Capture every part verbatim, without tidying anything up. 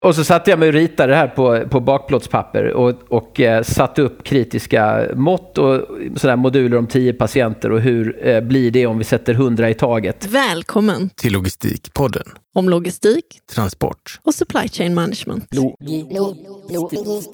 Och så satte jag mig och ritade det här på, på bakplåtspapper och, och eh, satte upp kritiska mått och sådana moduler om tio patienter och hur eh, blir det om vi sätter hundra i taget. Välkommen till Logistikpodden. Om logistik, transport och supply chain management. Lo- Lo- Logistik.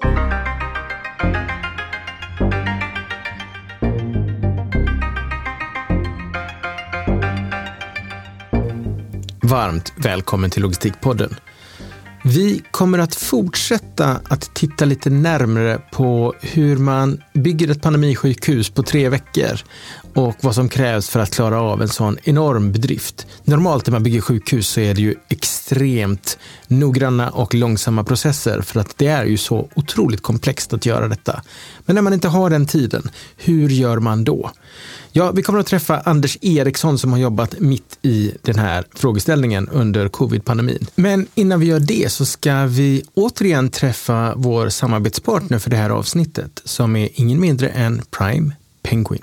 Varmt välkommen till Logistikpodden. Vi kommer att fortsätta att titta lite närmare på hur man bygger ett pandemisjukhus på tre veckor och vad som krävs för att klara av en sån enorm bedrift. Normalt när man bygger sjukhus så är det ju extremt noggranna och långsamma processer för att det är ju så otroligt komplext att göra detta. Men när man inte har den tiden, hur gör man då? Ja, vi kommer att träffa Anders Eriksson som har jobbat mitt i den här frågeställningen under covid-pandemin. Men innan vi gör det så ska vi återigen träffa vår samarbetspartner för det här avsnittet som är ingen mindre än Prime Penguin.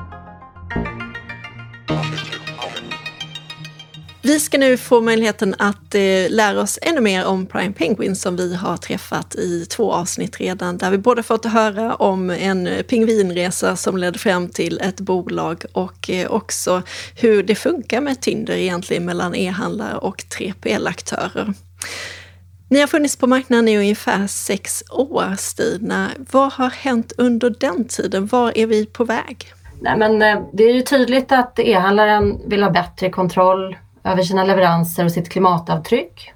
Vi ska nu få möjligheten att eh, lära oss ännu mer om Prime Penguin som vi har träffat i två avsnitt redan. Där vi både fått höra om en pingvinresa som ledde fram till ett bolag och eh, också hur det funkar med Tinder egentligen mellan e-handlare och tre P L-aktörer. Ni har funnits på marknaden i ungefär sex år, Stina. Vad har hänt under den tiden? Var är vi på väg? Nej, men det är ju tydligt att e-handlaren vill ha bättre kontroll över sina leveranser och sitt klimatavtryck.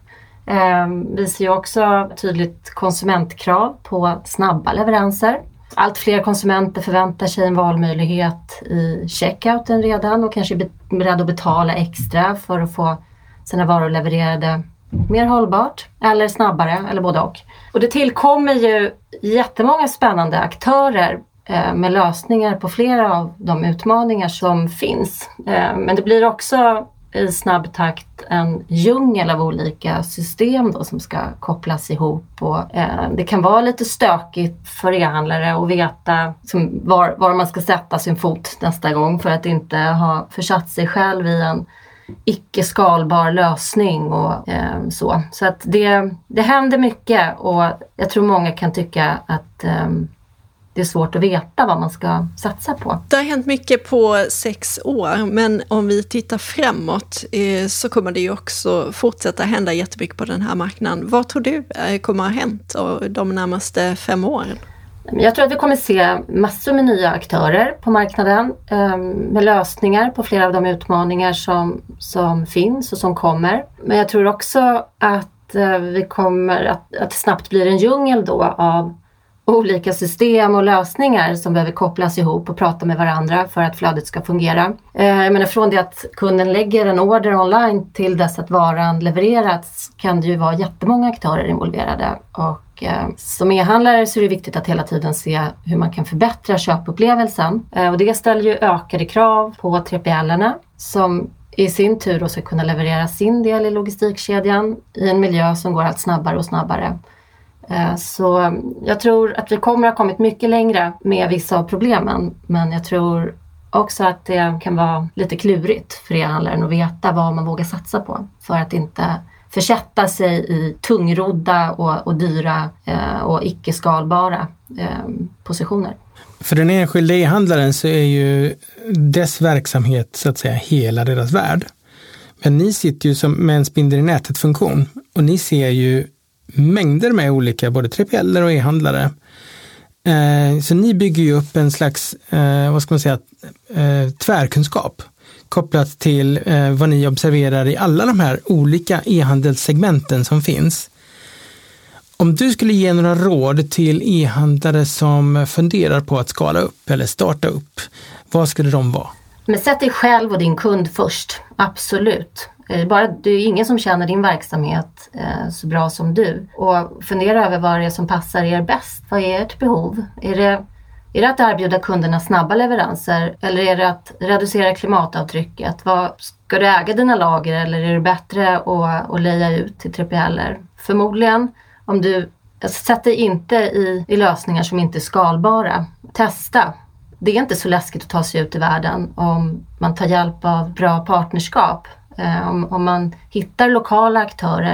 Vi ser ju också tydligt konsumentkrav på snabba leveranser. Allt fler konsumenter förväntar sig en valmöjlighet i checkouten redan och kanske är beredda att betala extra för att få sina varor levererade mer hållbart eller snabbare eller både och. Och det tillkommer ju jättemånga spännande aktörer med lösningar på flera av de utmaningar som finns. Men det blir också i snabb takt en djungel av olika system då som ska kopplas ihop. Och, eh, det kan vara lite stökigt för e-handlare att veta som, var, var man ska sätta sin fot nästa gång för att inte ha försatt sig själv i en icke-skalbar lösning och eh, så. Så att det, det händer mycket och jag tror många kan tycka att eh, det är svårt att veta vad man ska satsa på. Det har hänt mycket på sex år, men om vi tittar framåt eh, så kommer det ju också fortsätta hända jättemycket på den här marknaden. Vad tror du eh, kommer att ha hänt de närmaste fem åren? Jag tror att vi kommer se massor med nya aktörer på marknaden eh, med lösningar på flera av de utmaningar som, som finns och som kommer. Men jag tror också att eh, vi kommer att, att det snabbt blir en djungel då av olika system och lösningar som behöver kopplas ihop och prata med varandra för att flödet ska fungera. Eh, jag menar, från det att kunden lägger en order online till dess att varan levererats kan det ju vara jättemånga aktörer involverade. Och eh, som e-handlare så är det viktigt att hela tiden se hur man kan förbättra köpupplevelsen. Eh, och det ställer ju ökade krav på tre P L-erna som i sin tur då ska kunna leverera sin del i logistikkedjan i en miljö som går allt snabbare och snabbare. Så jag tror att vi kommer att ha kommit mycket längre med vissa av problemen. Men jag tror också att det kan vara lite klurigt för e-handlaren att veta vad man vågar satsa på. För att inte försätta sig i tungrodda och, och dyra eh, och icke-skalbara eh, positioner. För den enskilda e-handlaren så är ju dess verksamhet så att säga hela deras värld. Men ni sitter ju som med en spindel i nätet-funktion och ni ser ju mängder med olika både tre P L och e-handlare. Eh, så ni bygger ju upp en slags eh, vad ska man säga, eh, tvärkunskap kopplat till eh, vad ni observerar i alla de här olika e-handelssegmenten som finns. Om du skulle ge några råd till e-handlare som funderar på att skala upp eller starta upp, vad skulle de vara? Men sätt dig själv och din kund först, absolut. Bara, det är ingen som känner din verksamhet eh, så bra som du. Och fundera över vad det är som passar er bäst. Vad är ert behov? Är det, är det att erbjuda kunderna snabba leveranser? Eller är det att reducera klimatavtrycket? Vad, ska du äga dina lager eller är det bättre att, att leja ut till tre P L-er? Förmodligen, om du sätter inte i, i lösningar som inte är skalbara. Testa. Det är inte så läskigt att ta sig ut i världen om man tar hjälp av bra partnerskap. Om, om man hittar lokala aktörer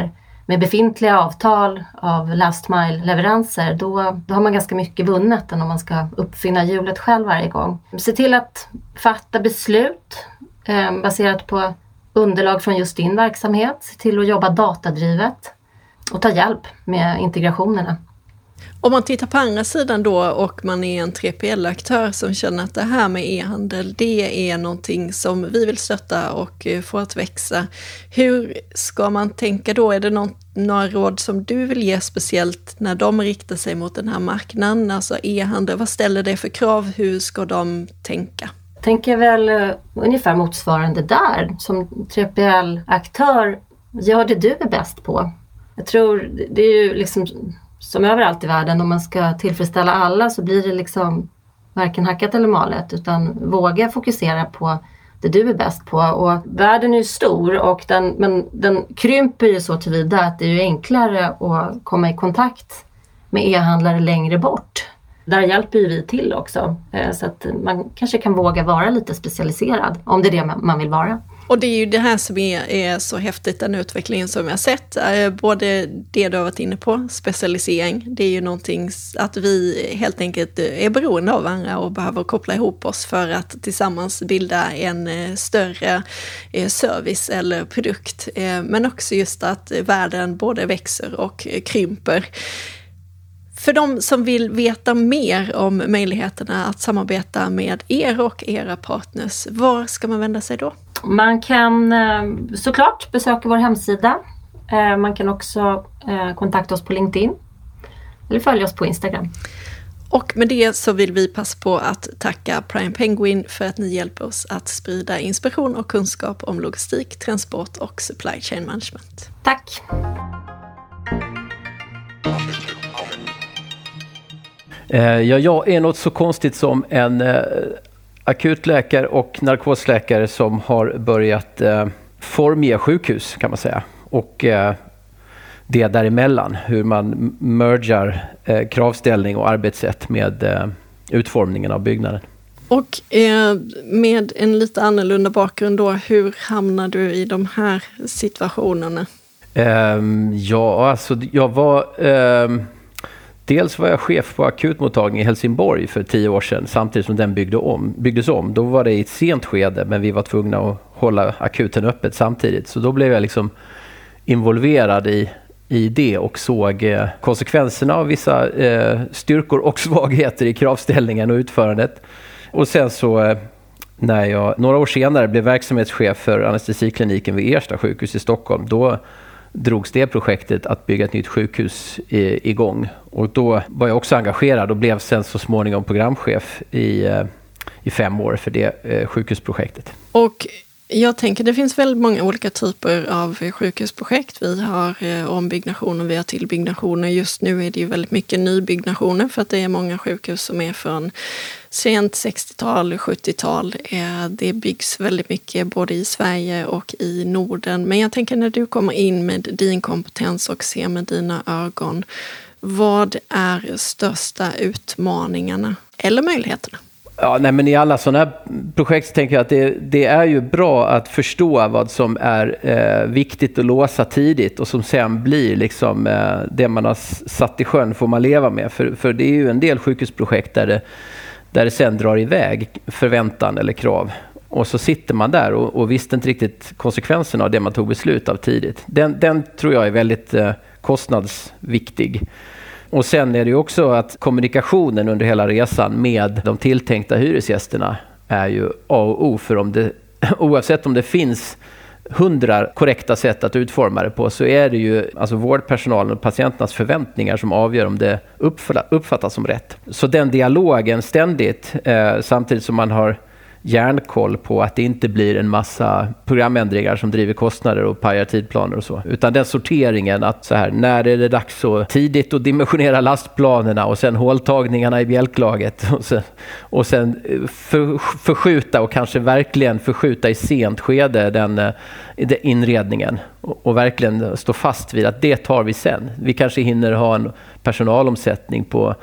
med befintliga avtal av last mile-leveranser, då, då har man ganska mycket vunnet än om man ska uppfinna hjulet själv varje gång. Se till att fatta beslut eh, baserat på underlag från just din verksamhet. Se till att jobba datadrivet och ta hjälp med integrationerna. Om man tittar på andra sidan då och man är en tre P L-aktör som känner att det här med e-handel, det är någonting som vi vill stötta och få att växa. Hur ska man tänka då? Är det någon, några råd som du vill ge speciellt när de riktar sig mot den här marknaden? Alltså e-handel, vad ställer det för krav? Hur ska de tänka? Jag tänker väl uh, ungefär motsvarande där. Som tre P L-aktör, gör det du är bäst på. Jag tror det är ju liksom som överallt i världen, om man ska tillfredsställa alla så blir det liksom varken hackat eller malet, utan våga fokusera på det du är bäst på. Och världen är ju stor, och den, men den krymper ju så tillvida att det är ju enklare att komma i kontakt med e-handlare längre bort. Där hjälper ju vi till också, så att man kanske kan våga vara lite specialiserad om det är det man vill vara. Och det är ju det här som är, är så häftigt, den utvecklingen som jag har sett. Både det du har varit inne på, specialisering, det är ju någonting att vi helt enkelt är beroende av varandra och behöver koppla ihop oss för att tillsammans bilda en större service eller produkt. Men också just att världen både växer och krymper. För de som vill veta mer om möjligheterna att samarbeta med er och era partners, var ska man vända sig då? Man kan såklart besöka vår hemsida. Man kan också kontakta oss på LinkedIn eller följa oss på Instagram. Och med det så vill vi passa på att tacka Prime Penguin för att ni hjälper oss att sprida inspiration och kunskap om logistik, transport och supply chain management. Tack! Ja, jag är något så konstigt som en eh, akutläkare och narkosläkare som har börjat eh, formge sjukhus, kan man säga. Och eh, det däremellan, hur man mergar eh, kravställning och arbetssätt med eh, utformningen av byggnaden. Och eh, med en lite annorlunda bakgrund då, hur hamnar du i de här situationerna? Eh, ja, alltså jag var... Eh, Dels var jag chef på akutmottagning i Helsingborg för tio år sedan, samtidigt som den byggde om, byggdes om. Då var det i ett sent skede, men vi var tvungna att hålla akuten öppet samtidigt. Så då blev jag liksom involverad i, i det och såg eh, konsekvenserna av vissa eh, styrkor och svagheter i kravställningen och utförandet. Och sen så, eh, när jag några år senare blev verksamhetschef för anestesikliniken vid Ersta sjukhus i Stockholm, då drogs det projektet att bygga ett nytt sjukhus i, igång. Och då var jag också engagerad och blev sen så småningom programchef i, i fem år för det eh, sjukhusprojektet. Och jag tänker, det finns väldigt många olika typer av sjukhusprojekt. Vi har eh, ombyggnationer, vi har tillbyggnationer. Just nu är det ju väldigt mycket nybyggnationer för att det är många sjukhus som är från sent sextiotal, sjuttiotal. Eh, det byggs väldigt mycket både i Sverige och i Norden. Men jag tänker, när du kommer in med din kompetens och ser med dina ögon, vad är största utmaningarna eller möjligheterna? Ja, nej, men i alla sådana här projekt tänker jag att det, det är ju bra att förstå vad som är eh, viktigt att låsa tidigt och som sen blir liksom eh, det man har satt i sjön får man leva med. För, för det är ju en del sjukhusprojekt där det, där det sen drar iväg förväntan eller krav. Och så sitter man där och, och visste inte riktigt konsekvenserna av det man tog beslut av tidigt. Den, den tror jag är väldigt eh, kostnadsviktig. Och sen är det ju också att kommunikationen under hela resan med de tilltänkta hyresgästerna är ju A och O. För om det, oavsett om det finns hundra korrekta sätt att utforma det på, så är det ju alltså vårdpersonalen och patienternas förväntningar som avgör om det uppfattas som rätt. Så den dialogen ständigt, eh, samtidigt som man har järnkoll på att det inte blir en massa programändringar som driver kostnader och pajar tidplaner och så. Utan den sorteringen att så här, när är det dags så tidigt att dimensionera lastplanerna och sen håltagningarna i bjälklaget och sen, och sen för, förskjuta och kanske verkligen förskjuta i sent skede den, den inredningen och, och verkligen stå fast vid att det tar vi sen. Vi kanske hinner ha en personalomsättning på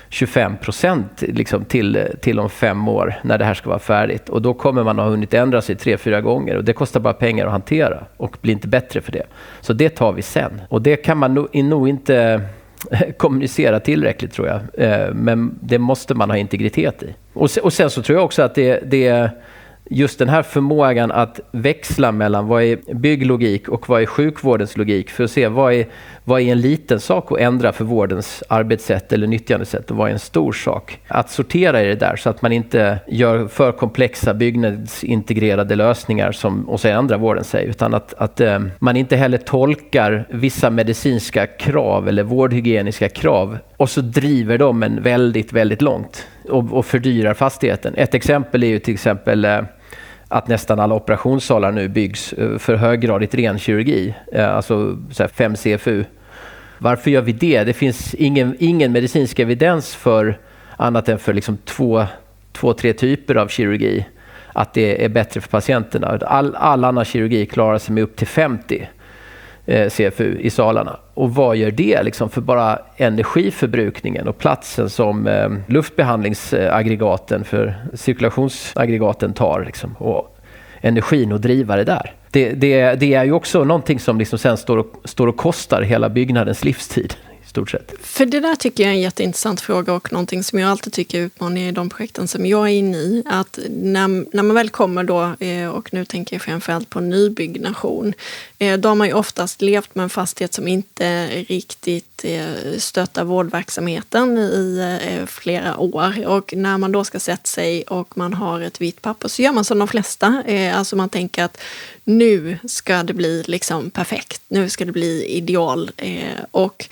tjugofem procent liksom till, till om fem år när det här ska vara färdigt. Och då kommer man ha hunnit ändra sig tre, fyra gånger. Och det kostar bara pengar att hantera och blir inte bättre för det. Så det tar vi sen. Och det kan man nog, nog inte kommunicera tillräckligt, tror jag. Men det måste man ha integritet i. Och sen, och sen så tror jag också att det, det är just den här förmågan att växla mellan vad är bygglogik och vad är sjukvårdens logik, för att se vad är, vad är en liten sak att ändra för vårdens arbetssätt eller nyttjandesätt och vad är en stor sak. Att sortera i det där så att man inte gör för komplexa byggnadsintegrerade lösningar som, och så ändrar vården sig, utan att, att eh, man inte heller tolkar vissa medicinska krav eller vårdhygieniska krav och så driver de en väldigt, väldigt långt och, och fördyrar fastigheten. Ett exempel är ju till exempel eh, att nästan alla operationssalar nu byggs för höggradigt ren kirurgi, alltså så här fem C F U. Varför gör vi det? Det finns ingen, ingen medicinsk evidens för annat än för liksom två, två, tre typer av kirurgi att det är bättre för patienterna. All, all annan kirurgi klarar sig med upp till femtio C F U i salarna. Och vad gör det liksom för bara energiförbrukningen och platsen som eh, luftbehandlingsaggregaten för cirkulationsaggregaten tar liksom, och energin och drivare där. Det, det, det är ju också någonting som liksom sen står och, står och kostar hela byggnadens livstid. Stort sett. För det där tycker jag är en jätteintressant fråga och någonting som jag alltid tycker är utmaning i de projekten som jag är inne i. Att när, när man väl kommer då, och nu tänker jag framförallt på nybyggnation, då har man ju oftast levt med en fastighet som inte riktigt stöttar vårdverksamheten i flera år. Och när man då ska sätta sig och man har ett vitt papper så gör man som de flesta. Alltså man tänker att nu ska det bli liksom perfekt, nu ska det bli ideal. Och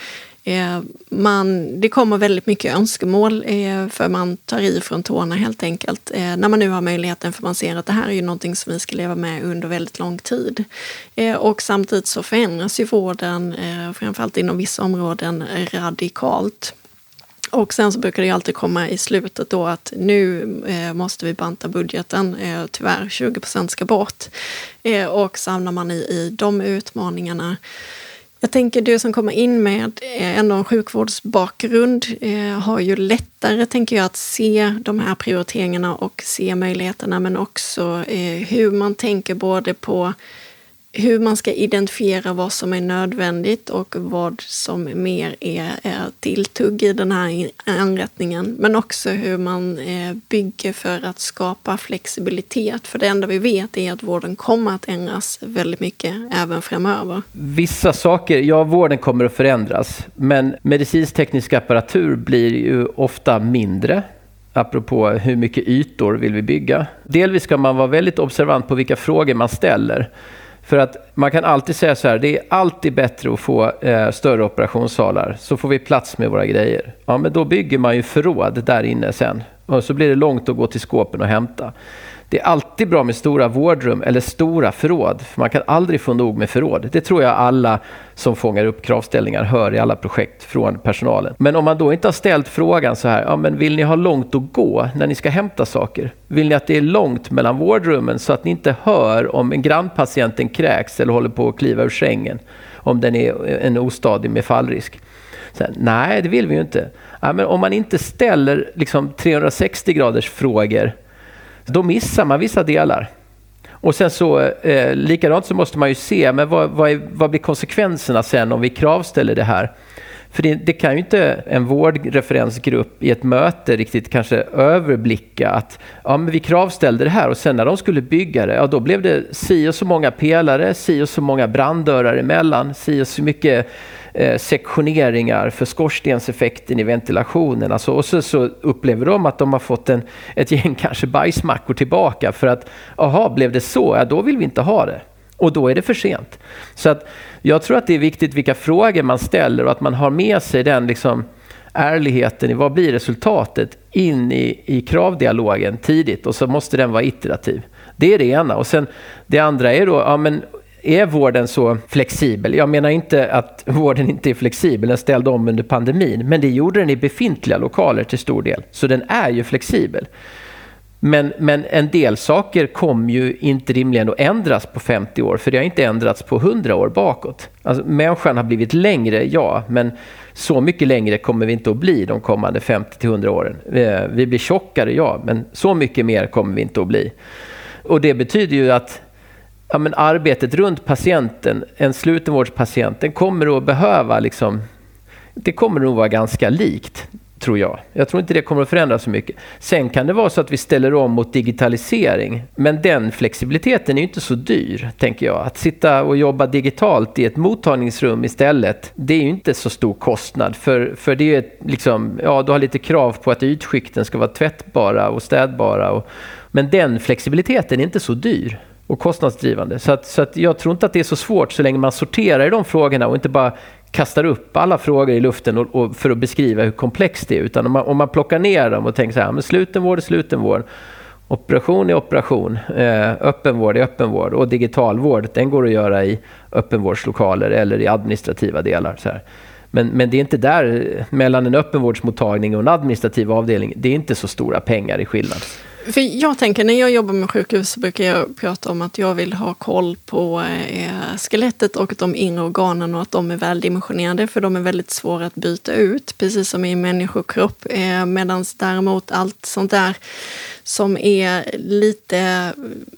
Man, det kommer väldigt mycket önskemål för man tar i från tårna helt enkelt. När man nu har möjligheten, för man ser att det här är ju någonting som vi ska leva med under väldigt lång tid. Och samtidigt så förändras ju vården, framförallt inom vissa områden, radikalt. Och sen så brukar det ju alltid komma i slutet då att nu eh, måste vi banta budgeten, eh, tyvärr tjugo procent ska bort. Eh, och samlar man i, i de utmaningarna. Jag tänker du som kommer in med eh, ändå en sjukvårdsbakgrund eh, har ju lättare, tänker jag, att se de här prioriteringarna och se möjligheterna, men också eh, hur man tänker både på hur man ska identifiera vad som är nödvändigt och vad som mer är, är tilltugg i den här anrättningen. Men också hur man eh, bygger för att skapa flexibilitet. För det enda vi vet är att vården kommer att ändras väldigt mycket även framöver. Vissa saker, ja, vården kommer att förändras. Men medicinsk-teknisk apparatur blir ju ofta mindre. Apropå hur mycket ytor vill vi bygga. Delvis ska man vara väldigt observant på vilka frågor man ställer. För att man kan alltid säga så här, det är alltid bättre att få eh, större operationssalar, så får vi plats med våra grejer. Ja, men då bygger man ju förråd där inne sen. Och så blir det långt att gå till skåpen och hämta. Det är alltid bra med stora vårdrum eller stora förråd, för man kan aldrig få nog med förråd. Det tror jag alla som fångar upp kravställningar hör i alla projekt från personalen. Men om man då inte har ställt frågan så här, ja, men vill ni ha långt att gå när ni ska hämta saker? Vill ni att det är långt mellan vårdrummen så att ni inte hör om en grannpatienten kräks eller håller på att kliva ur sängen, om den är en ostadig med fallrisk? Så här, nej, det vill vi ju inte. Ja, men om man inte ställer liksom trehundrasextio graders frågor, då missar man vissa delar. Och sen så, eh, likadant så måste man ju se, men vad, vad, är, vad blir konsekvenserna sen om vi kravställer det här? För det, det kan ju inte en vårdreferensgrupp i ett möte riktigt kanske överblicka att ja, men vi kravställde det här och sen när de skulle bygga det, ja, då blev det si och så många pelare, si och så många branddörrar emellan, si och så mycket eh, sektioneringar för skorstenseffekten i ventilationen. Alltså, och så, så upplever de att de har fått en, ett gäng kanske bajsmackor tillbaka för att, aha, blev det så? Ja, då vill vi inte ha det. Och då är det för sent. Så att jag tror att det är viktigt vilka frågor man ställer och att man har med sig den liksom ärligheten i vad blir resultatet in i, i kravdialogen tidigt, och så måste den vara iterativ. Det är det ena. Och sen det andra är då, ja, men är vården så flexibel? Jag menar inte att vården inte är flexibel, den ställde om under pandemin, men det gjorde den i befintliga lokaler till stor del. Så den är ju flexibel. Men, men en del saker kommer ju inte rimligen att ändras på femtio år, för det har inte ändrats på hundra år bakåt. Alltså, människan har blivit längre, ja, men så mycket längre kommer vi inte att bli de kommande femtio till hundra åren. Vi blir tjockare, ja, men så mycket mer kommer vi inte att bli. Och det betyder ju att ja, men arbetet runt patienten, en slutenvårdspatient, den kommer att behöva liksom, det kommer nog vara ganska likt, tror jag. Jag tror inte det kommer att förändras så mycket. Sen kan det vara så att vi ställer om mot digitalisering, men den flexibiliteten är ju inte så dyr, tänker jag. Att sitta och jobba digitalt i ett mottagningsrum istället, det är ju inte så stor kostnad, för, för det är ju ett, liksom, ja, du har lite krav på att ytskikten ska vara tvättbara och städbara, och, men den flexibiliteten är inte så dyr och kostnadsdrivande. Så, att, så att jag tror inte att det är så svårt så länge man sorterar i de frågorna och inte bara kastar upp alla frågor i luften och, och för att beskriva hur komplext det är. Utan om man, om man plockar ner dem och tänker så här, men slutenvård är slutenvård, operation är operation, eh, öppenvård är öppenvård, och digitalvård, den går att göra i öppenvårdslokaler eller i administrativa delar. Så här. Men, men det är inte där, mellan en öppenvårdsmottagning och en administrativ avdelning, det är inte så stora pengar i skillnad. För jag tänker, när jag jobbar med sjukhus så brukar jag prata om att jag vill ha koll på eh, skelettet och de inre organen och att de är väldimensionerade, för de är väldigt svåra att byta ut, precis som i en människokropp. Eh, Medan däremot allt sånt där som är lite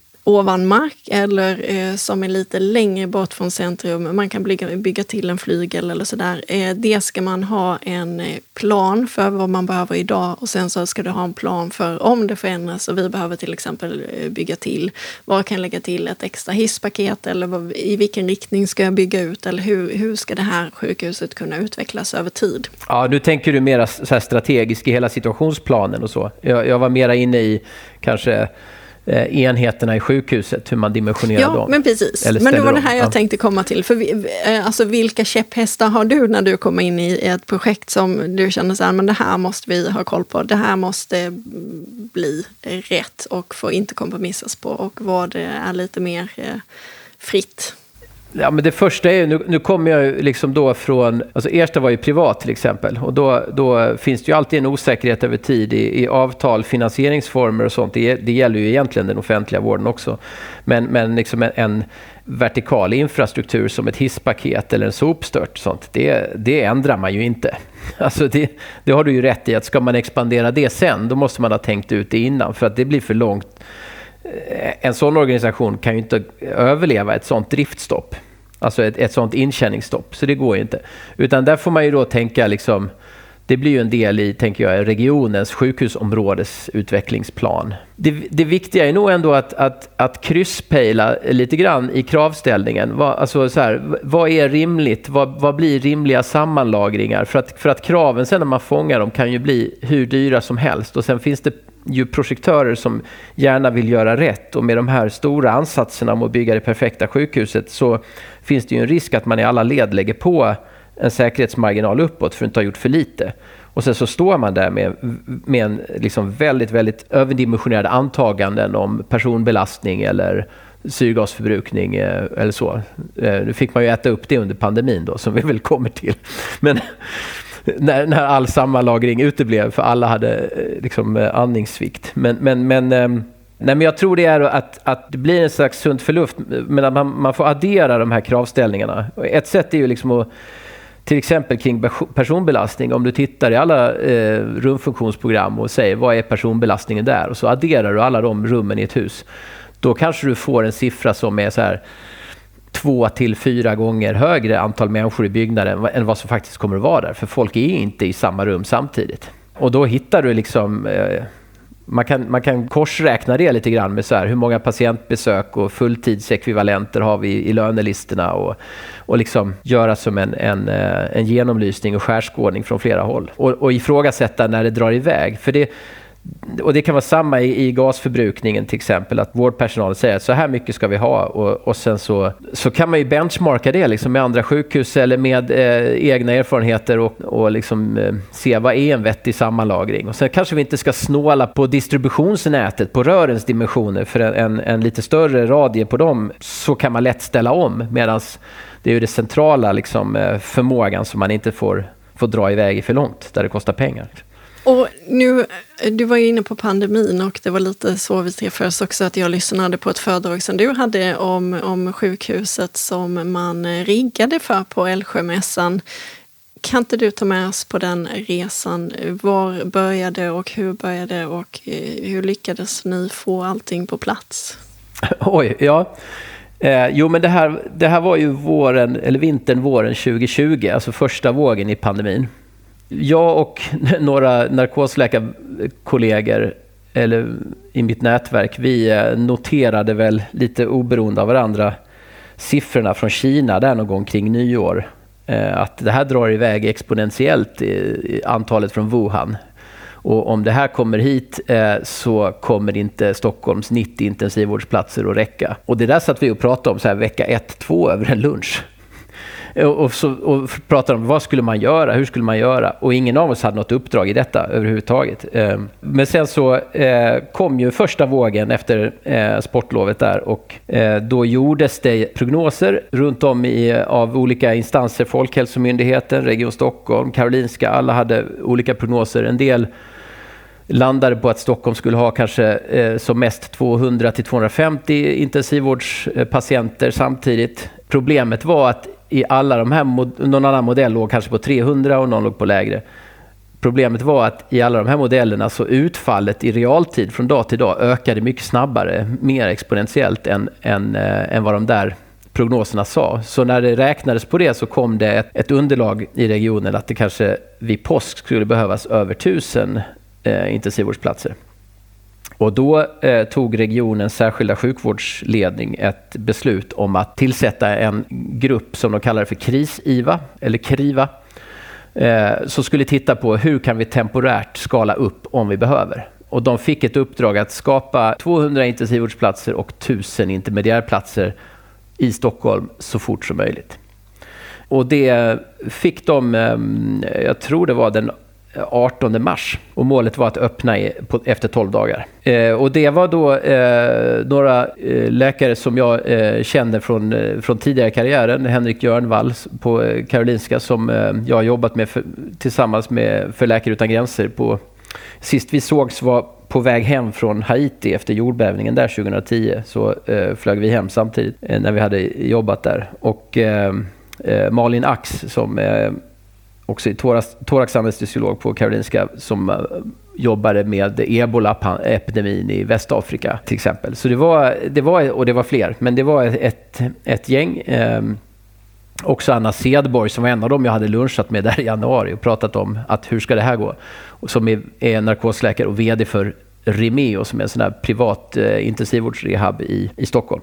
ovan mark eller eh, som är lite längre bort från centrum, man kan bygga, bygga till en flygel eller sådär. Eh, det ska man ha en plan för vad man behöver idag, och sen så ska du ha en plan för om det förändras och vi behöver till exempel bygga till. Vad kan jag lägga till? Ett extra hisspaket, eller vad, i vilken riktning ska jag bygga ut, eller hur, hur ska det här sjukhuset kunna utvecklas över tid? Ja, nu tänker du mer så här strategiskt i hela situationsplanen och så. Jag, jag var mera inne i kanske enheterna i sjukhuset, hur man dimensionerar ja, dem. Ja, men precis. Men det var det här jag ja. tänkte komma till. För vi, alltså, vilka käpphästar har du när du kommer in i ett projekt som du känner så här, men det här måste vi ha koll på, det här måste bli rätt och får inte kompromissas på, och vad det är lite mer eh, fritt? Ja, men det första är ju, nu, nu kommer jag liksom då från, alltså Ersta var ju privat till exempel, och då, då finns det ju alltid en osäkerhet över tid i, i avtal, finansieringsformer och sånt. Det, det gäller ju egentligen den offentliga vården också. Men, men liksom en, en vertikal infrastruktur som ett hisspaket eller en sopstört, sånt, det, det ändrar man ju inte. Alltså det, det har du ju rätt i, att ska man expandera det sen, då måste man ha tänkt ut det innan, för att det blir för långt. En sån organisation kan ju inte överleva ett sånt driftstopp. Alltså ett, ett sånt intjäningsstopp. Så det går ju inte. Utan där får man ju då tänka liksom, det blir ju en del i, tänker jag, regionens sjukhusområdes utvecklingsplan. Det, det viktiga är nog ändå att, att, att krysspejla lite grann i kravställningen. Vad, alltså så här, vad är rimligt? Vad, vad blir rimliga sammanlagringar? För att, för att kraven sen när man fångar dem kan ju bli hur dyra som helst. Och sen finns det ju projektörer som gärna vill göra rätt, och med de här stora ansatserna om att bygga det perfekta sjukhuset så finns det ju en risk att man i alla led lägger på en säkerhetsmarginal uppåt för att inte ha gjort för lite. Och sen så står man där med, med en liksom väldigt, väldigt överdimensionerad antaganden om personbelastning eller syrgasförbrukning eller så. Nu fick man ju äta upp det under pandemin då, som vi väl kommer till. Men När, när all sammanlagring uteblev, för alla hade liksom andningssvikt. Men, men, men, nej, men jag tror det är att, att det blir en slags sunt förluft, men att man, man får addera de här kravställningarna. Ett sätt är ju liksom att, till exempel kring personbelastning, om du tittar i alla eh, rumfunktionsprogram och säger vad är personbelastningen där, och så adderar du alla de rummen i ett hus, då kanske du får en siffra som är så här två till fyra gånger högre antal människor i byggnaden än vad som faktiskt kommer att vara där. För folk är inte i samma rum samtidigt. Och då hittar du liksom, eh, man kan, man kan korsräkna det lite grann med så här, hur många patientbesök och fulltidsekvivalenter har vi i lönelistorna, och, och liksom göra som en, en, en genomlysning och skärskådning från flera håll. Och, och ifrågasätta när det drar iväg. För det Och det kan vara samma i, i gasförbrukningen till exempel, att vårdpersonalen säger att så här mycket ska vi ha, och, och sen så, så kan man ju benchmarka det liksom med andra sjukhus eller med eh, egna erfarenheter och, och liksom, eh, se vad är en vettig sammanlagring. Och sen kanske vi inte ska snåla på distributionsnätet, på rörens dimensioner, för en, en, en lite större radie på dem, så kan man lätt ställa om, medan det är ju det centrala liksom, förmågan som man inte får, får dra iväg i för långt, där det kostar pengar. Och nu, du var ju inne på pandemin och det var lite så vi träffades också, att jag lyssnade på ett föredrag som du hade om, om sjukhuset som man riggade för på Älvsjömässan. Kan inte du ta med oss på den resan? Var började och hur började och hur lyckades ni få allting på plats? Oj, ja. Eh, jo, men det här, det här var ju våren, eller vintern, våren tjugo tjugo, alltså första vågen i pandemin. Jag och några narkosläkarkollegor eller i mitt nätverk, vi noterade väl lite oberoende av varandra siffrorna från Kina där någon gång kring nyår. Att det här drar iväg exponentiellt i antalet från Wuhan. Och om det här kommer hit så kommer inte Stockholms nittio intensivvårdsplatser att räcka. Och det där satt vi och pratade om så här vecka ett, två över en lunch. Och, så, och pratade om vad skulle man göra, hur skulle man göra, och ingen av oss hade något uppdrag i detta överhuvudtaget. Men sen så kom ju första vågen efter sportlovet där, och då gjordes det prognoser runt om i, av olika instanser, Folkhälsomyndigheten, Region Stockholm, Karolinska, alla hade olika prognoser. En del landade på att Stockholm skulle ha kanske eh, som mest tvåhundra till tvåhundrafemtio intensivvårdspatienter samtidigt. Problemet var att i alla de här, någon annan modell låg kanske på trehundra och någon låg på lägre. Problemet var att i alla de här modellerna så utfallet i realtid från dag till dag ökade mycket snabbare, mer exponentiellt än, än, äh, än vad de där prognoserna sa. Så när det räknades på det så kom det ett, ett underlag i regionen att det kanske vid påsk skulle behövas över tusen eh, intensivvårdsplatser. Och då eh, tog regionens särskilda sjukvårdsledning ett beslut om att tillsätta en grupp som de kallar för kris-I V A, eller KRIVA, eh, som skulle titta på hur kan vi temporärt skala upp om vi behöver. Och de fick ett uppdrag att skapa tvåhundra intensivvårdsplatser och tusen intermediärplatser i Stockholm så fort som möjligt. Och det fick de, eh, jag tror det var den artonde mars, och målet var att öppna i, på, efter tolv dagar. Eh, och det var då eh, några eh, läkare som jag eh, kände från, eh, från tidigare karriären, Henrik Jörnvall på eh, Karolinska, som eh, jag har jobbat med för, tillsammans med för Läkare utan gränser. På, sist vi sågs var på väg hem från Haiti efter jordbävningen där tjugohundratio, så eh, flög vi hem samtidigt eh, när vi hade jobbat där. Och eh, eh, Malin Ax som eh, också thorax, thoraxanestesiolog på Karolinska, som uh, jobbade med ebola-epidemin i Västafrika till exempel. Så det var, det var, och det var fler, men det var ett, ett gäng. Um, också Anna Sedborg som var en av dem jag hade lunchat med där i januari och pratat om att hur ska det här gå. Och som är, är narkosläkare och vd för Rimeo, som är en sån här privat uh, intensivvårdsrehab i, i Stockholm.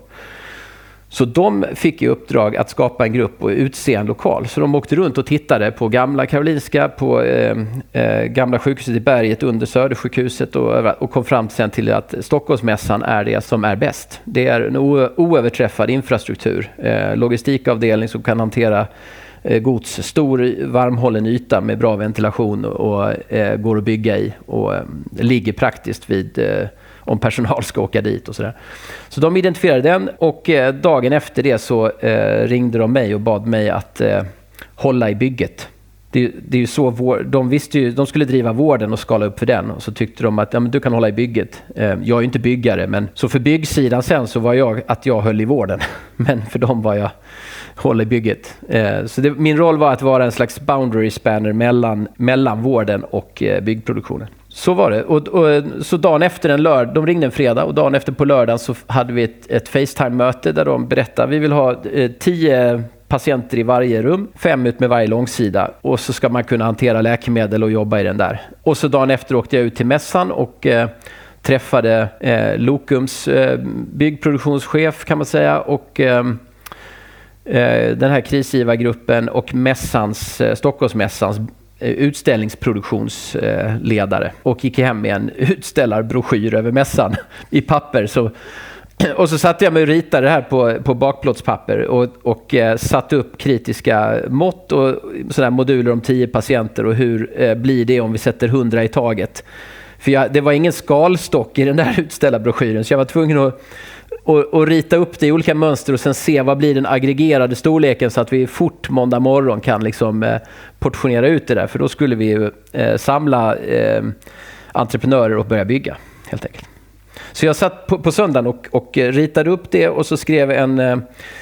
Så de fick i uppdrag att skapa en grupp och utse en lokal. Så de åkte runt och tittade på gamla Karolinska, på eh, eh, gamla sjukhuset i Berget under Södersjukhuset, och, och kom fram sen till att Stockholmsmässan är det som är bäst. Det är en o- oöverträffad infrastruktur. Eh, logistikavdelning som kan hantera eh, gods, stor varmhållen yta med bra ventilation och, och eh, går att bygga i och eh, ligger praktiskt vid eh, om personal ska åka dit och sådär. Så de identifierade den, och eh, dagen efter det så eh, ringde de mig och bad mig att eh, hålla i bygget. Det, det är ju så vår, de visste ju, de skulle driva vården och skala upp för den, och så tyckte de att ja, men du kan hålla i bygget. Eh, jag är ju inte byggare, men så för byggsidan sen så var jag att jag höll i vården, men för dem var jag hålla i bygget. Eh, så det, min roll var att vara en slags boundary spanner mellan, mellan vården och eh, byggproduktionen. Så var det. Och, och, så dagen efter en lördag, de ringde en fredag, och dagen efter på lördagen så hade vi ett, ett FaceTime-möte där de berättade vi vill ha eh, tio patienter i varje rum, fem ut med varje långsida, och så ska man kunna hantera läkemedel och jobba i den där. Och så dagen efter åkte jag ut till mässan och eh, träffade eh, Lokums eh, byggproduktionschef kan man säga, och eh, den här krisgivargruppen och mässans, Stockholmsmässans utställningsproduktionsledare, och gick hem med en utställarbroschyr över mässan i papper. Så, och så satte jag mig och ritade det här på, på bakplåtspapper och, och eh, satte upp kritiska mått och sådana moduler om tio patienter, och hur eh, blir det om vi sätter hundra i taget. För jag, det var ingen skalstock i den där utställarbroschyren, så jag var tvungen att Och, och rita upp det i olika mönster och sen se vad blir den aggregerade storleken så att vi fort måndag morgon kan liksom eh, portionera ut det där. För då skulle vi ju eh, samla eh, entreprenörer och börja bygga helt enkelt. Så jag satt på, på söndagen och, och ritade upp det och så skrev en eh,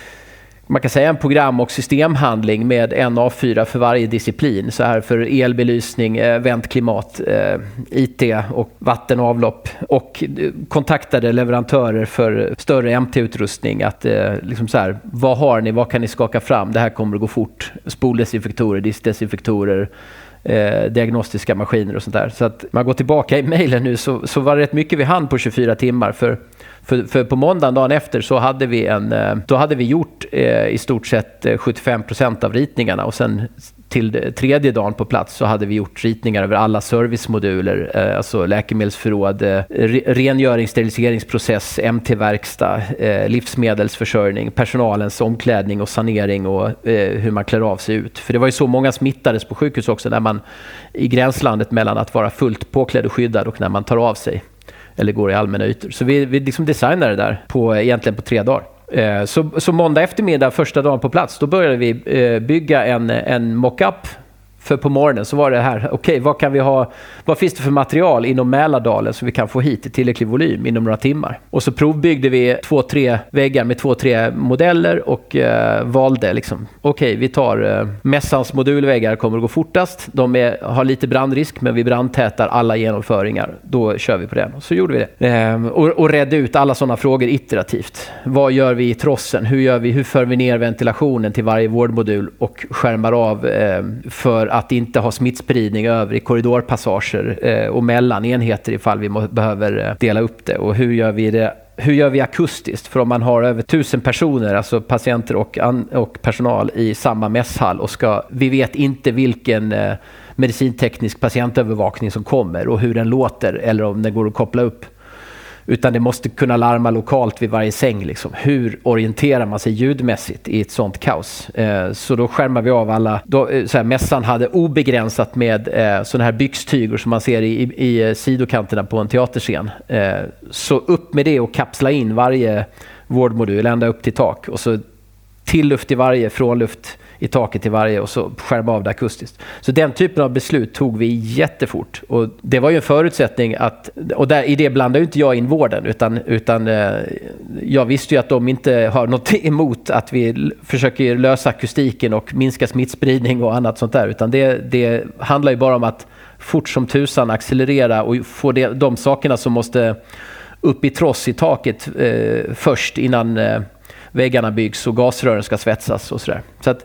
man kan säga en program- och systemhandling med en A fyra för varje disciplin. Så här för elbelysning, eh, väntklimat, eh, I T och vatten och avlopp. Och kontaktade leverantörer för större M T-utrustning. Att eh, liksom så här, vad har ni, vad kan ni skaka fram? Det här kommer att gå fort. Spoldesinfektorer, diskdesinfektorer, eh, diagnostiska maskiner och sånt där. Så att man går tillbaka i mejlen nu så, så var det rätt mycket vi hann på tjugofyra timmar för För, för på måndagen dagen efter så hade vi en, då hade vi gjort eh, i stort sett sjuttiofem procent av ritningarna och sen till tredje dagen på plats så hade vi gjort ritningar över alla servicemoduler, eh, alltså läkemedelsförråd, eh, rengöring, steriliseringsprocess, M T-verkstad, eh, livsmedelsförsörjning, personalens omklädning och sanering och eh, hur man klär av sig ut. För det var ju så många smittades på sjukhus också när man i gränslandet mellan att vara fullt påklädd och skyddad och när man tar av sig eller går i allmänna ytor. Så vi, vi liksom designade det där på, egentligen på tre dagar. Eh, så, så måndag eftermiddag, första dagen på plats, då började vi eh, bygga en, en mock-up. För på morgonen så var det här, okej, okay, vad kan vi ha, vad finns det för material inom Mälardalen som vi kan få hit i tillräcklig volym inom några timmar? Och så provbyggde vi två, tre väggar med två, tre modeller och eh, valde liksom, okej, okay, vi tar eh, mässans modulväggar kommer att gå fortast. De är, har lite brandrisk, men vi brandtätar alla genomföringar. Då kör vi på den. Och så gjorde vi det. Eh, och, och redde ut alla sådana frågor iterativt. Vad gör vi i trossen? Hur gör vi, hur för vi ner ventilationen till varje vårdmodul och skärmar av eh, för att inte ha smittspridning över i korridorpassager eh, och mellan enheter ifall vi må, behöver eh, dela upp det. Och hur gör vi det? Hur gör vi akustiskt? För om man har över tusen personer, alltså patienter och, an, och personal i samma mässhall och ska, vi vet inte vilken eh, medicinteknisk patientövervakning som kommer och hur den låter eller om den går att koppla upp. Utan det måste kunna larma lokalt vid varje säng. Liksom. Hur orienterar man sig ljudmässigt i ett sånt kaos? Eh, så då skärmar vi av alla. Då, så här, mässan hade obegränsat med eh, såna här byxtygor som man ser i, i, i sidokanterna på en teaterscen. Eh, så upp med det och kapsla in varje vårdmodul ända upp till tak. Och så tilluft i varje, frånluft i taket till varje och så skärma av det akustiskt. Så den typen av beslut tog vi jättefort. Och det var ju en förutsättning att, och där, i det blandade ju inte jag in vården utan, utan eh, jag visste ju att de inte har något emot att vi försöker lösa akustiken och minska smittspridning och annat sånt där. Utan det, det handlar ju bara om att fort som tusan accelerera och få det, de sakerna som måste upp i tross i taket eh, först innan eh, väggarna byggs och gasrören ska svetsas och sådär. Så att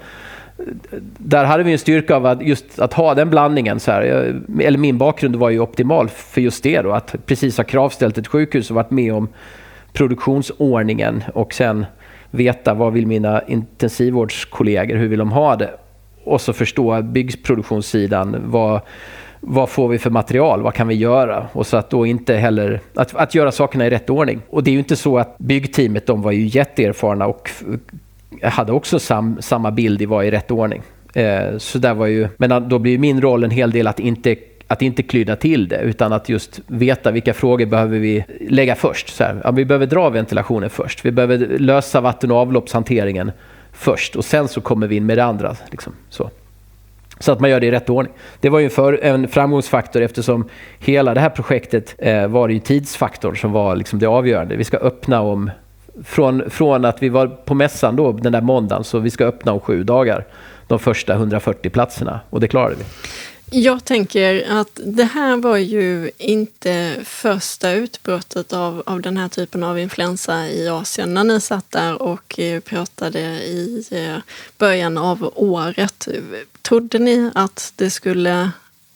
där hade vi en styrka av att just att ha den blandningen så här, eller min bakgrund var ju optimal för just det då, att precis ha kravställt ett sjukhus och varit med om produktionsordningen och sen veta vad vill mina intensivvårdskollegor, hur vill de ha det och så förstå byggproduktionssidan, vad vad får vi för material, vad kan vi göra och så att då inte heller att, att göra sakerna i rätt ordning. Och det är ju inte så att byggteamet, de var ju jätteerfarna och hade också sam, samma bild i vad i rätt ordning. Eh, så där var ju, men då blir ju min roll en hel del att inte att inte klydda till det utan att just veta vilka frågor behöver vi lägga först. Så här, ja, vi behöver dra ventilationen först. Vi behöver lösa vatten- och avloppshanteringen först och sen så kommer vi in med det andra. Liksom, så. Så att man gör det i rätt ordning. Det var ju för en framgångsfaktor eftersom hela det här projektet eh, var ju tidsfaktorn som var liksom det avgörande. Vi ska öppna om, från, från att vi var på mässan då den där måndagen, så vi ska öppna om sju dagar de första hundrafyrtio platserna och det klarade vi. Jag tänker att det här var ju inte första utbrottet av, av den här typen av influensa i Asien. När ni satt där och pratade i början av året, trodde ni att det skulle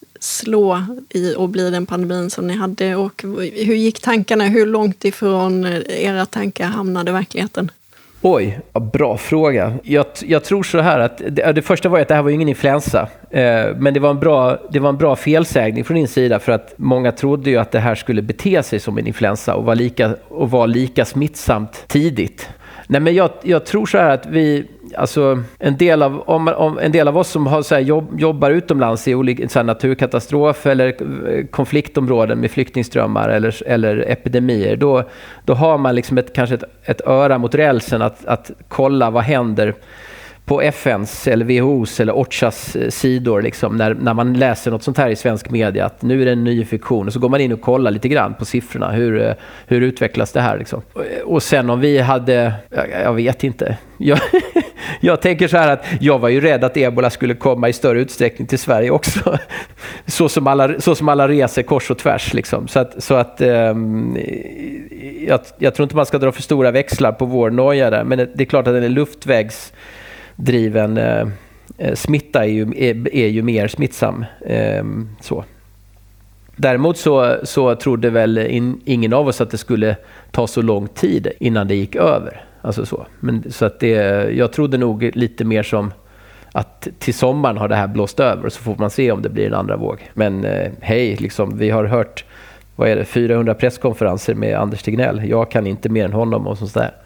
slå i och bli den pandemin som ni hade? Och hur gick tankarna? Hur långt ifrån era tankar hamnade verkligheten? Oj, bra fråga. Jag, jag tror så här att det, det första var att det här var ingen influensa. Eh, men det var, en bra, det var en bra felsägning från din sida för att många trodde ju att det här skulle bete sig som en influensa och vara lika, och vara lika smittsamt tidigt. Nej, men jag, jag tror så här att vi, alltså en del av, om, om, en del av oss som har, så här, jobb, jobbar utomlands i olika så här, naturkatastrofer eller konfliktområden med flyktingströmmar eller, eller epidemier, då, då har man liksom ett, kanske ett, ett öra mot rälsen att, att kolla vad händer på F N:s eller W H O:s eller Ochas sidor liksom, när, när man läser något sånt här i svensk media, att nu är det en ny infektion, och så går man in och kollar lite grann på siffrorna, hur, hur utvecklas det här liksom. Och, och sen om vi hade, jag, jag vet inte, jag, jag tänker så här att jag var ju rädd att ebola skulle komma i större utsträckning till Sverige också, så som alla, så som alla reser kors och tvärs liksom. Så att, så att um, jag, jag tror inte man ska dra för stora växlar på vår noja där, men det är klart att den är luftvägs driven eh, smitta är ju, är, är ju mer smittsam. Eh, så. Däremot så, så trodde väl in, ingen av oss att det skulle ta så lång tid innan det gick över. Alltså så. Men, så att det, jag trodde nog lite mer som att till sommaren har det här blåst över, och så får man se om det blir en andra våg. Men eh, hej, liksom, vi har hört vad är det, fyrahundra presskonferenser med Anders Tegnell. Jag kan inte mer än honom och sånt där.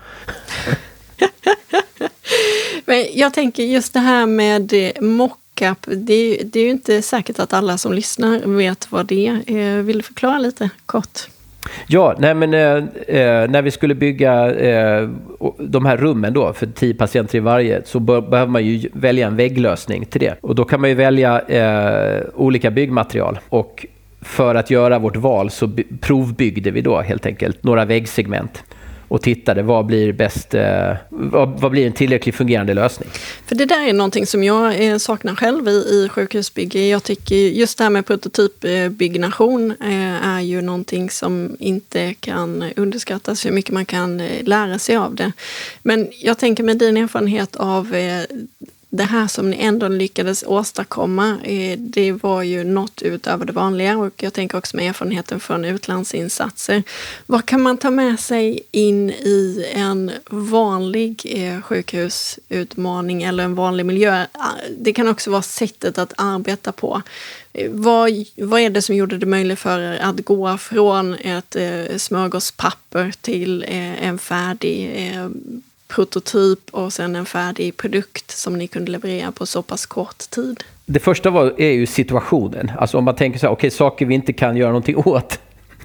Men jag tänker just det här med mockup, det, det är ju inte säkert att alla som lyssnar vet vad det är. Vill du förklara lite kort? Ja, nej men eh, när vi skulle bygga eh, de här rummen då för tio patienter i varje, så bör, behöver man ju välja en vägglösning till det. Och då kan man ju välja eh, olika byggmaterial, och för att göra vårt val så by- provbyggde vi då helt enkelt några väggsegment och tittade vad blir bäst, eh, vad, vad blir en tillräckligt fungerande lösning. För det där är någonting som jag eh, saknar själv i, i sjukhusbygge. Jag tycker just det här med prototypbyggnation eh, är ju någonting som inte kan underskattas hur mycket man kan eh, lära sig av det. Men jag tänker med din erfarenhet av eh, det här som ni ändå lyckades åstadkomma, det var ju något utöver det vanliga, och jag tänker också med erfarenheten från utlandsinsatser. Vad kan man ta med sig in i en vanlig sjukhusutmaning eller en vanlig miljö? Det kan också vara sättet att arbeta på. Vad, vad är det som gjorde det möjligt för er att gå från ett smörgåspapper till en färdig prototyp och sen en färdig produkt som ni kunde leverera på så pass kort tid? Det första var, är ju situationen. Alltså om man tänker så här, okej, okay, saker vi inte kan göra någonting åt.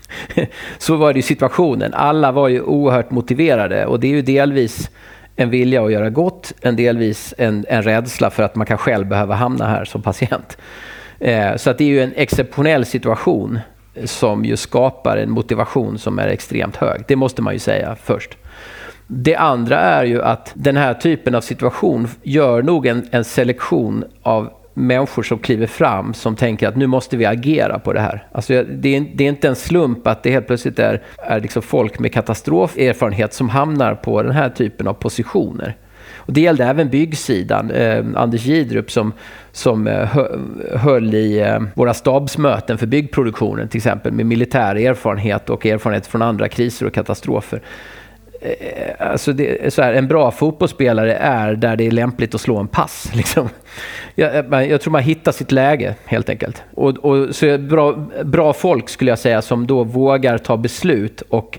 Så var det ju situationen. Alla var ju oerhört motiverade, och det är ju delvis en vilja att göra gott, en delvis en, en rädsla för att man kan själv behöva hamna här som patient. Eh, så att det är ju en exceptionell situation som ju skapar en motivation som är extremt hög. Det måste man ju säga först. Det andra är ju att den här typen av situation gör nog en, en selektion av människor som kliver fram, som tänker att nu måste vi agera på det här. Alltså det är, det är inte en slump att det helt plötsligt är, är liksom folk med katastroferfarenhet som hamnar på den här typen av positioner. Och det gällde även byggsidan. Eh, Anders Gidrup som, som eh, höll i eh, våra stabsmöten för byggproduktionen till exempel, med militär erfarenhet och erfarenhet från andra kriser och katastrofer. Alltså det är så här, en bra fotbollsspelare är där det är lämpligt att slå en pass liksom. jag, jag tror man hittar sitt läge helt enkelt, och, och så är bra, bra folk skulle jag säga, som då vågar ta beslut och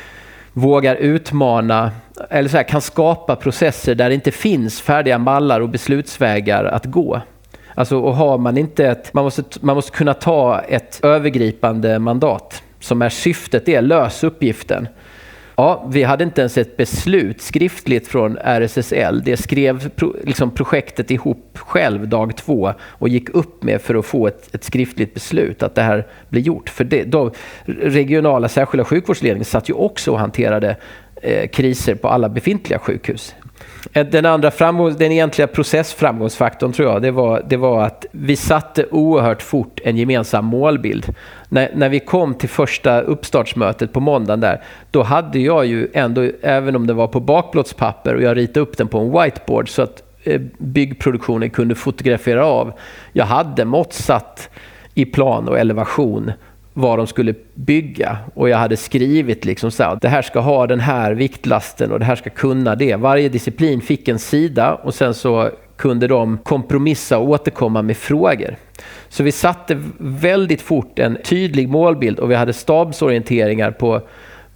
vågar utmana, eller så här, kan skapa processer där det inte finns färdiga mallar och beslutsvägar att gå. Alltså, och har man inte ett, man måste, man måste kunna ta ett övergripande mandat som är syftet, det är lös uppgiften. Ja, vi hade inte ens ett beslut skriftligt från R S S L. Det skrev pro, liksom projektet ihop själv dag två och gick upp med för att få ett, ett skriftligt beslut att det här blir gjort. För det, då, regionala särskilda sjukvårdsledningen satt ju också och hanterade eh, kriser på alla befintliga sjukhus. Den andra framgång, den egentliga processframgångsfaktorn tror jag, det var, det var att vi satte oerhört fort en gemensam målbild. När, när vi kom till första uppstartsmötet på måndagen där, då hade jag ju ändå, även om det var på bakplåtspapper och jag ritade upp den på en whiteboard så att eh, byggproduktionen kunde fotografera av. Jag hade måttsatt i plan och elevation vad de skulle bygga, och jag hade skrivit liksom så här, det här ska ha den här viktlasten och det här ska kunna det. Varje disciplin fick en sida och sen så kunde de kompromissa och återkomma med frågor. Så vi satte väldigt fort en tydlig målbild, och vi hade stabsorienteringar på,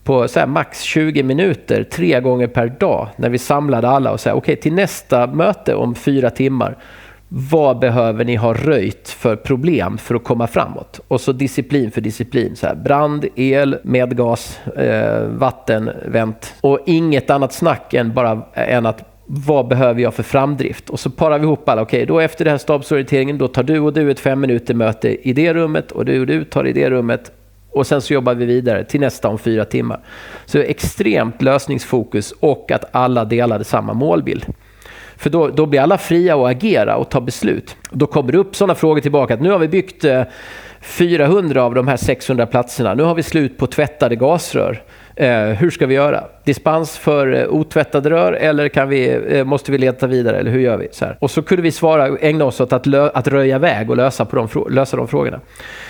på så här max tjugo minuter, tre gånger per dag, när vi samlade alla och sa okej, okay, till nästa möte om fyra timmar, vad behöver ni ha röjt för problem för att komma framåt? Och så disciplin för disciplin. Så här, brand, el, medgas, eh, vatten, vänt. Och inget annat snack än bara än att vad behöver jag för framdrift? Och så parar vi ihop alla. Okej, då efter det här stabsorienteringen, då tar du och du ett fem minuter möte i det rummet och du och du tar i det rummet. Och sen så jobbar vi vidare till nästa om fyra timmar. Så extremt lösningsfokus och att alla delade samma målbild. För då, då blir alla fria att agera och ta beslut. Då kommer det upp sådana frågor tillbaka. Att nu har vi byggt eh, fyrahundra av de här sexhundra platserna. Nu har vi slut på tvättade gasrör. Eh, hur ska vi göra? Dispens för eh, otvättade rör eller kan vi, eh, måste vi leta vidare? Eller hur gör vi? Så här. Och så kunde vi svara, ägna oss åt att, lö, att röja väg och lösa, på de, lösa de frågorna.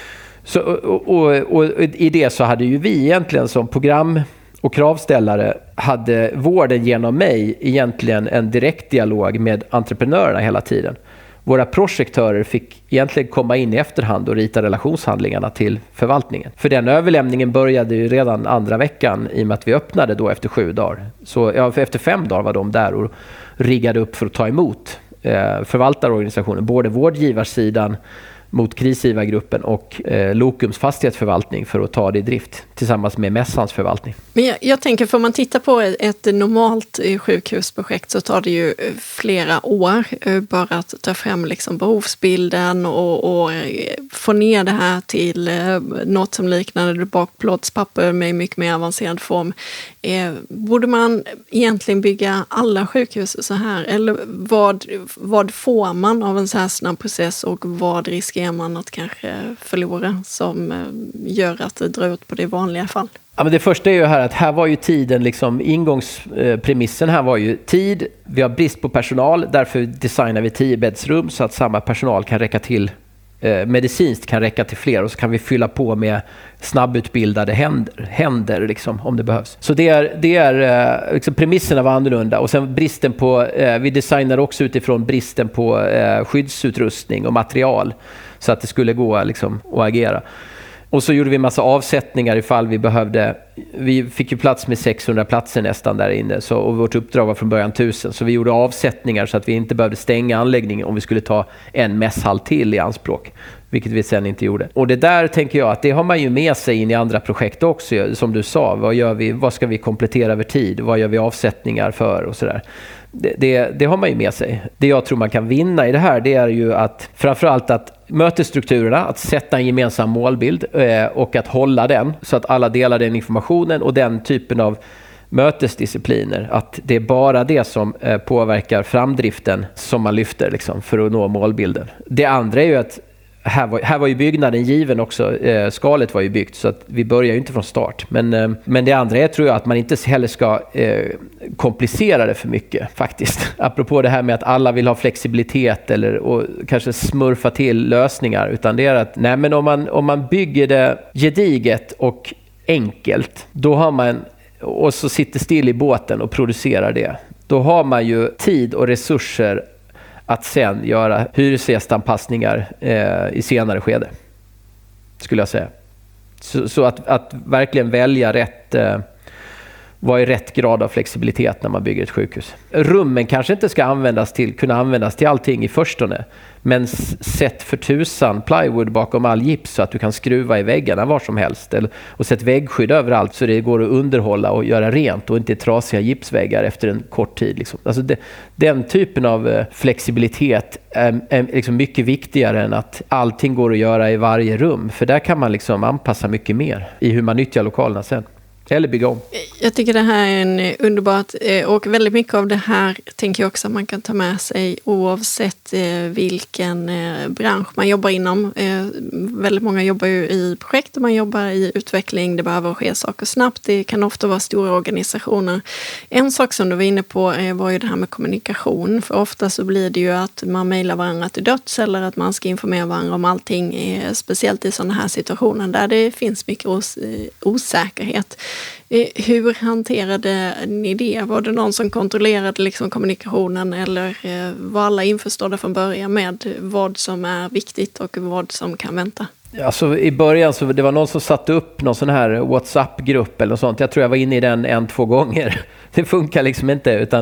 Så, och, och, och i det så hade ju vi egentligen som program och kravställare hade vården genom mig egentligen en direkt dialog med entreprenörerna hela tiden. Våra projektörer fick egentligen komma in i efterhand och rita relationshandlingarna till förvaltningen. För den överlämningen började ju redan andra veckan i och med att vi öppnade då efter sju dagar. Så ja, för efter fem dagar var de där och riggade upp för att ta emot eh, förvaltarorganisationen. Både vårdgivarsidan mot krisgivargruppen och eh, Lokums fastighetsförvaltning för att ta det i drift tillsammans med Mässans förvaltning. Men jag, jag tänker, får man titta på ett, ett normalt sjukhusprojekt så tar det ju flera år bara att ta fram liksom behovsbilden och, och få ner det här till eh, något som liknar bakplåtspapper med mycket mer avancerad form. Eh, borde man egentligen bygga alla sjukhus så här? Eller vad, vad får man av en så här snabb process och vad riskerar man att kanske förlora som gör att det drar ut på det vanliga fall? Ja, men det första är ju här att här var ju tiden, liksom, ingångspremissen här var ju tid. Vi har brist på personal, därför designar vi tio bäddsrum så att samma personal kan räcka till, eh, medicinskt kan räcka till fler och så kan vi fylla på med snabbutbildade händer, händer liksom, om det behövs. Så det är, det är eh, liksom, premisserna var annorlunda och sen bristen på, eh, vi designar också utifrån bristen på eh, skyddsutrustning och material så att det skulle gå liksom, att agera. Och så gjorde vi massa avsättningar ifall vi behövde. Vi fick ju plats med sexhundra platser nästan där inne. Så, och vårt uppdrag var från början tusen. Så vi gjorde avsättningar så att vi inte behövde stänga anläggningen om vi skulle ta en mässhall till i anspråk. Vilket vi sen inte gjorde. Och det där tänker jag att det har man ju med sig in i andra projekt också. Som du sa, vad gör vi? Vad ska vi komplettera över tid? Vad gör vi avsättningar för och sådär. Det, det, det har man ju med sig. Det jag tror man kan vinna i det här, det är ju att framförallt att mötesstrukturerna, att sätta en gemensam målbild eh, och att hålla den så att alla delar den informationen och den typen av mötesdiscipliner. Att det är bara det som eh, påverkar framdriften som man lyfter liksom, för att nå målbilden. Det andra är ju att Här var, här var ju byggnaden given också, eh, skalet var ju byggt så att vi börjar ju inte från start. Men, eh, men det andra är tror jag att man inte heller ska eh, komplicera det för mycket faktiskt. Apropå det här med att alla vill ha flexibilitet eller och kanske smurfa till lösningar. Utan det är att nej, men om, man, om man bygger det gediget och enkelt, då har man, och så sitter still i båten och producerar det. Då har man ju tid och resurser att sen göra hyresgästanpassningar eh, i senare skede, skulle jag säga. Så, så att, att verkligen välja rätt, eh, vad är rätt grad av flexibilitet när man bygger ett sjukhus. Rummen kanske inte ska användas till, kunna användas till allting i förstone, men sätt för tusan plywood bakom all gips så att du kan skruva i väggarna var som helst. Eller, och sätt väggskydd överallt så det går att underhålla och göra rent och inte trasiga gipsväggar efter en kort tid. Liksom. Alltså det, den typen av eh, flexibilitet är, är liksom mycket viktigare än att allting går att göra i varje rum. För där kan man liksom anpassa mycket mer i hur man nyttjar lokalerna sen. Eller bygga om. Jag tycker det här är en underbart, och väldigt mycket av det här tänker jag också att man kan ta med sig oavsett vilken bransch man jobbar inom. Väldigt många jobbar ju i projekt och man jobbar i utveckling. Det behöver ske saker snabbt. Det kan ofta vara stora organisationer. En sak som du var inne på var ju det här med kommunikation. För ofta så blir det ju att man mejlar varandra till döds eller att man ska informera varandra om allting. Speciellt i sådana här situationer där det finns mycket os- osäkerhet. Hur hanterade ni det? Var det någon som kontrollerade liksom kommunikationen eller var alla införstådda från början med vad som är viktigt och vad som kan vänta? Alltså i början så det var någon som satte upp någon sån här WhatsApp-grupp eller något sånt. Jag tror jag var inne i den en, två gånger. Det funkar liksom inte, utan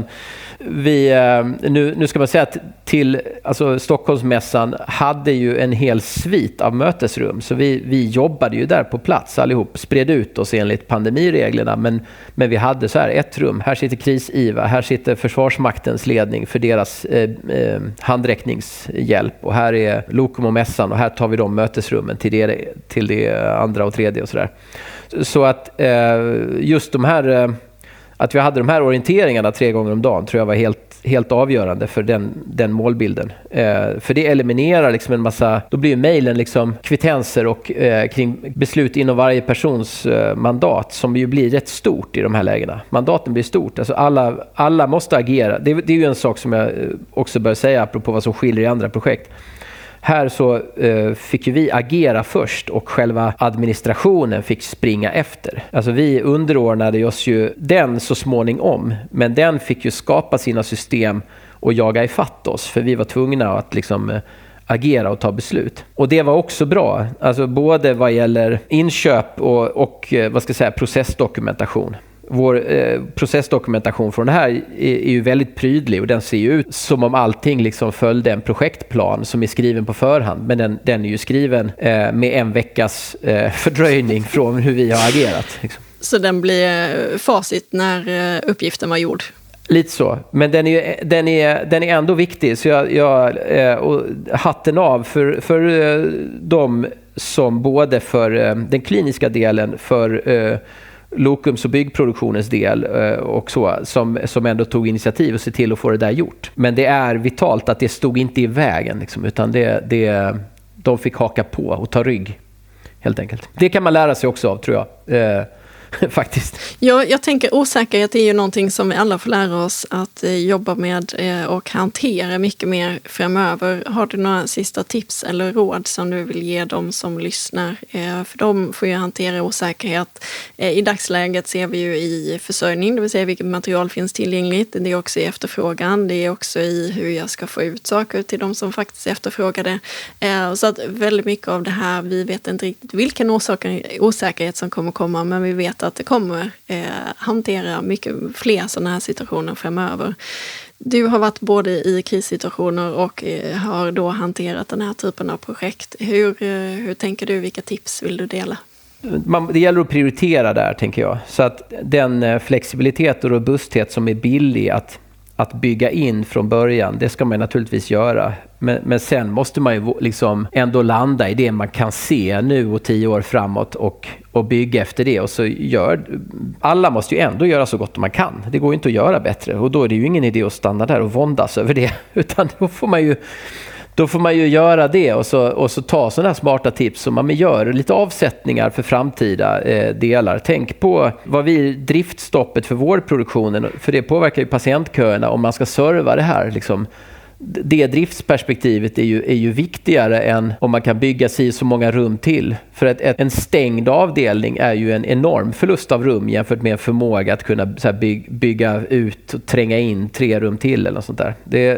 vi, nu, nu ska man säga att till, alltså Stockholmsmässan hade ju en hel svit av mötesrum, så vi, vi jobbade ju där på plats allihop, spred ut oss enligt pandemireglerna, men, men vi hade så här ett rum, här sitter KRIS-IVA, här sitter Försvarsmaktens ledning för deras eh, eh, handräckningshjälp, och här är Lokum och mässan, och här tar vi de mötesrummen till det, till det andra och tredje och sådär. Så att eh, just de här eh, att vi hade de här orienteringarna tre gånger om dagen tror jag var helt, helt avgörande för den, den målbilden. Eh, för det eliminerar liksom en massa, då blir ju mejlen liksom kvittenser och eh, kring beslut inom varje persons eh, mandat, som ju blir rätt stort i de här lägena. Mandaten blir stort, alltså alla, alla måste agera. Det, det är ju en sak som jag också bör säga apropå vad som skiljer i andra projekt. Här så eh, fick ju vi agera först och själva administrationen fick springa efter. Alltså vi underordnade oss ju den så småningom, men den fick ju skapa sina system och jaga ifatt oss, för vi var tvungna att liksom eh, agera och ta beslut. Och det var också bra, alltså både vad gäller inköp och, och eh, vad ska jag säga, processdokumentation. Vår eh, processdokumentation från det här är, är ju väldigt prydlig, och den ser ju ut som om allting liksom följde en projektplan som är skriven på förhand, men den, den är ju skriven eh, med en veckas eh, fördröjning från hur vi har agerat. Liksom. Så den blir facit när uppgiften var gjord? Lite så, men den är, den är, den är ändå viktig, så jag, jag eh, och hatten av för, för eh, de som både för eh, den kliniska delen, för eh, Lokums och byggproduktionens del och så, som, som ändå tog initiativ och se till att få det där gjort. Men det är vitalt att det stod inte i vägen, liksom, utan det, det, de fick haka på och ta rygg, helt enkelt. Det kan man lära sig också av, tror jag. Eh, faktiskt. Ja, jag tänker osäkerhet är ju någonting som vi alla får lära oss att eh, jobba med eh, och hantera mycket mer framöver. Har du några sista tips eller råd som du vill ge dem som lyssnar? Eh, för de får ju hantera osäkerhet. Eh, I dagsläget ser vi ju i försörjning, det vill säga vilket material finns tillgängligt. Det är också i efterfrågan. Det är också i hur jag ska få ut saker till de som faktiskt efterfrågar det. Eh, så att väldigt mycket av det här, vi vet inte riktigt vilken osäker, osäkerhet som kommer komma, men vi vet att det kommer eh, hantera mycket fler sådana här situationer framöver. Du har varit både i krissituationer och eh, har då hanterat den här typen av projekt. Hur, eh, hur tänker du? Vilka tips vill du dela? Man, det gäller att prioritera där, tänker jag. Så att den flexibilitet och robusthet som är billig att, att bygga in från början, det ska man naturligtvis göra. Men, men sen måste man ju liksom ändå landa i det man kan se nu och tio år framåt och, och bygga efter det. Och så gör, alla måste ju ändå göra så gott man kan. Det går ju inte att göra bättre. Och då är det ju ingen idé att stanna där och våndas över det. Utan då får man ju, då får man ju göra det och så, och så ta sådana här smarta tips som man gör. Lite avsättningar för framtida eh, delar. Tänk på vad vi driftstoppet för vårdproduktionen, för det påverkar ju patientköerna om man ska serva det här liksom. Det driftsperspektivet är ju, är ju viktigare än om man kan bygga sig så många rum till. För att ett, en stängd avdelning är ju en enorm förlust av rum jämfört med en förmåga att kunna så här, by, bygga ut och tränga in tre rum till eller något sånt där. Det,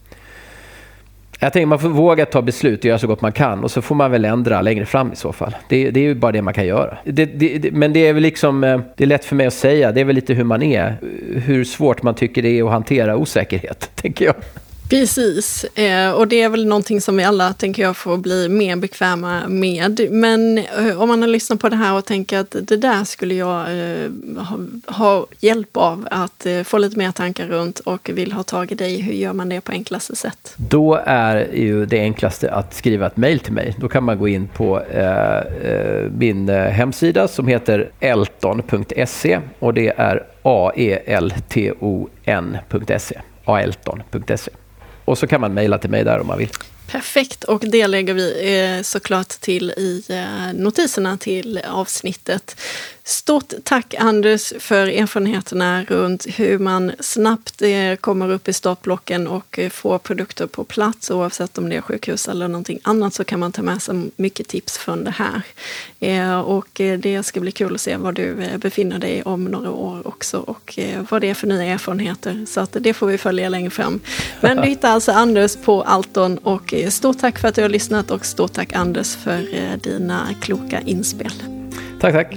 jag tänker man får våga ta beslut och göra så gott man kan, och så får man väl ändra längre fram i så fall. Det, det är ju bara det man kan göra. Det, det, det, men det är väl liksom, det är lätt för mig att säga, det är väl lite hur man är. Hur svårt man tycker det är att hantera osäkerhet, tänker jag. Precis, eh, och det är väl någonting som vi alla, tänker jag, får bli mer bekväma med. Men eh, om man har lyssnat på det här och tänker att det där skulle jag eh, ha, ha hjälp av att eh, få lite mer tankar runt och vill ha tag i dig, hur gör man det på enklaste sätt? Då är ju det enklaste att skriva ett mejl till mig. Då kan man gå in på eh, eh, min hemsida som heter elton punkt se, och det är a e l t o n punkt se, aelton punkt se. Och så kan man mejla till mig där om man vill. Perfekt, och det lägger vi eh, såklart till i eh, notiserna till avsnittet. Stort tack Anders för erfarenheterna runt hur man snabbt kommer upp i startblocken och får produkter på plats. Oavsett om det är sjukhus eller någonting annat så kan man ta med sig mycket tips från det här. Och det ska bli kul att se var du befinner dig om några år också och vad det är för nya erfarenheter. Så att det får vi följa längre fram. Men du hittar alltså Anders på Alton och stort tack för att du har lyssnat och stort tack Anders för dina kloka inspel. Tack, tack.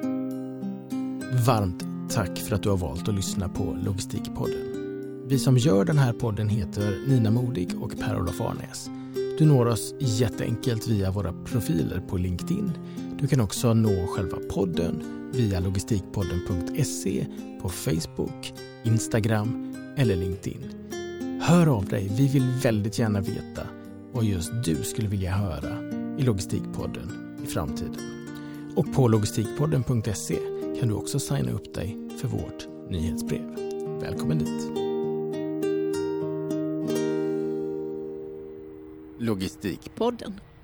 Varmt tack för att du har valt att lyssna på Logistikpodden. Vi som gör den här podden heter Nina Modig och Per-Olof Arnäs. Du når oss jätteenkelt via våra profiler på LinkedIn. Du kan också nå själva podden via logistikpodden punkt se på Facebook, Instagram eller LinkedIn. Hör av dig, vi vill väldigt gärna veta vad just du skulle vilja höra i Logistikpodden i framtiden. Och på logistikpodden punkt se kan du också signa upp dig för vårt nyhetsbrev. Välkommen dit! Logistikpodden.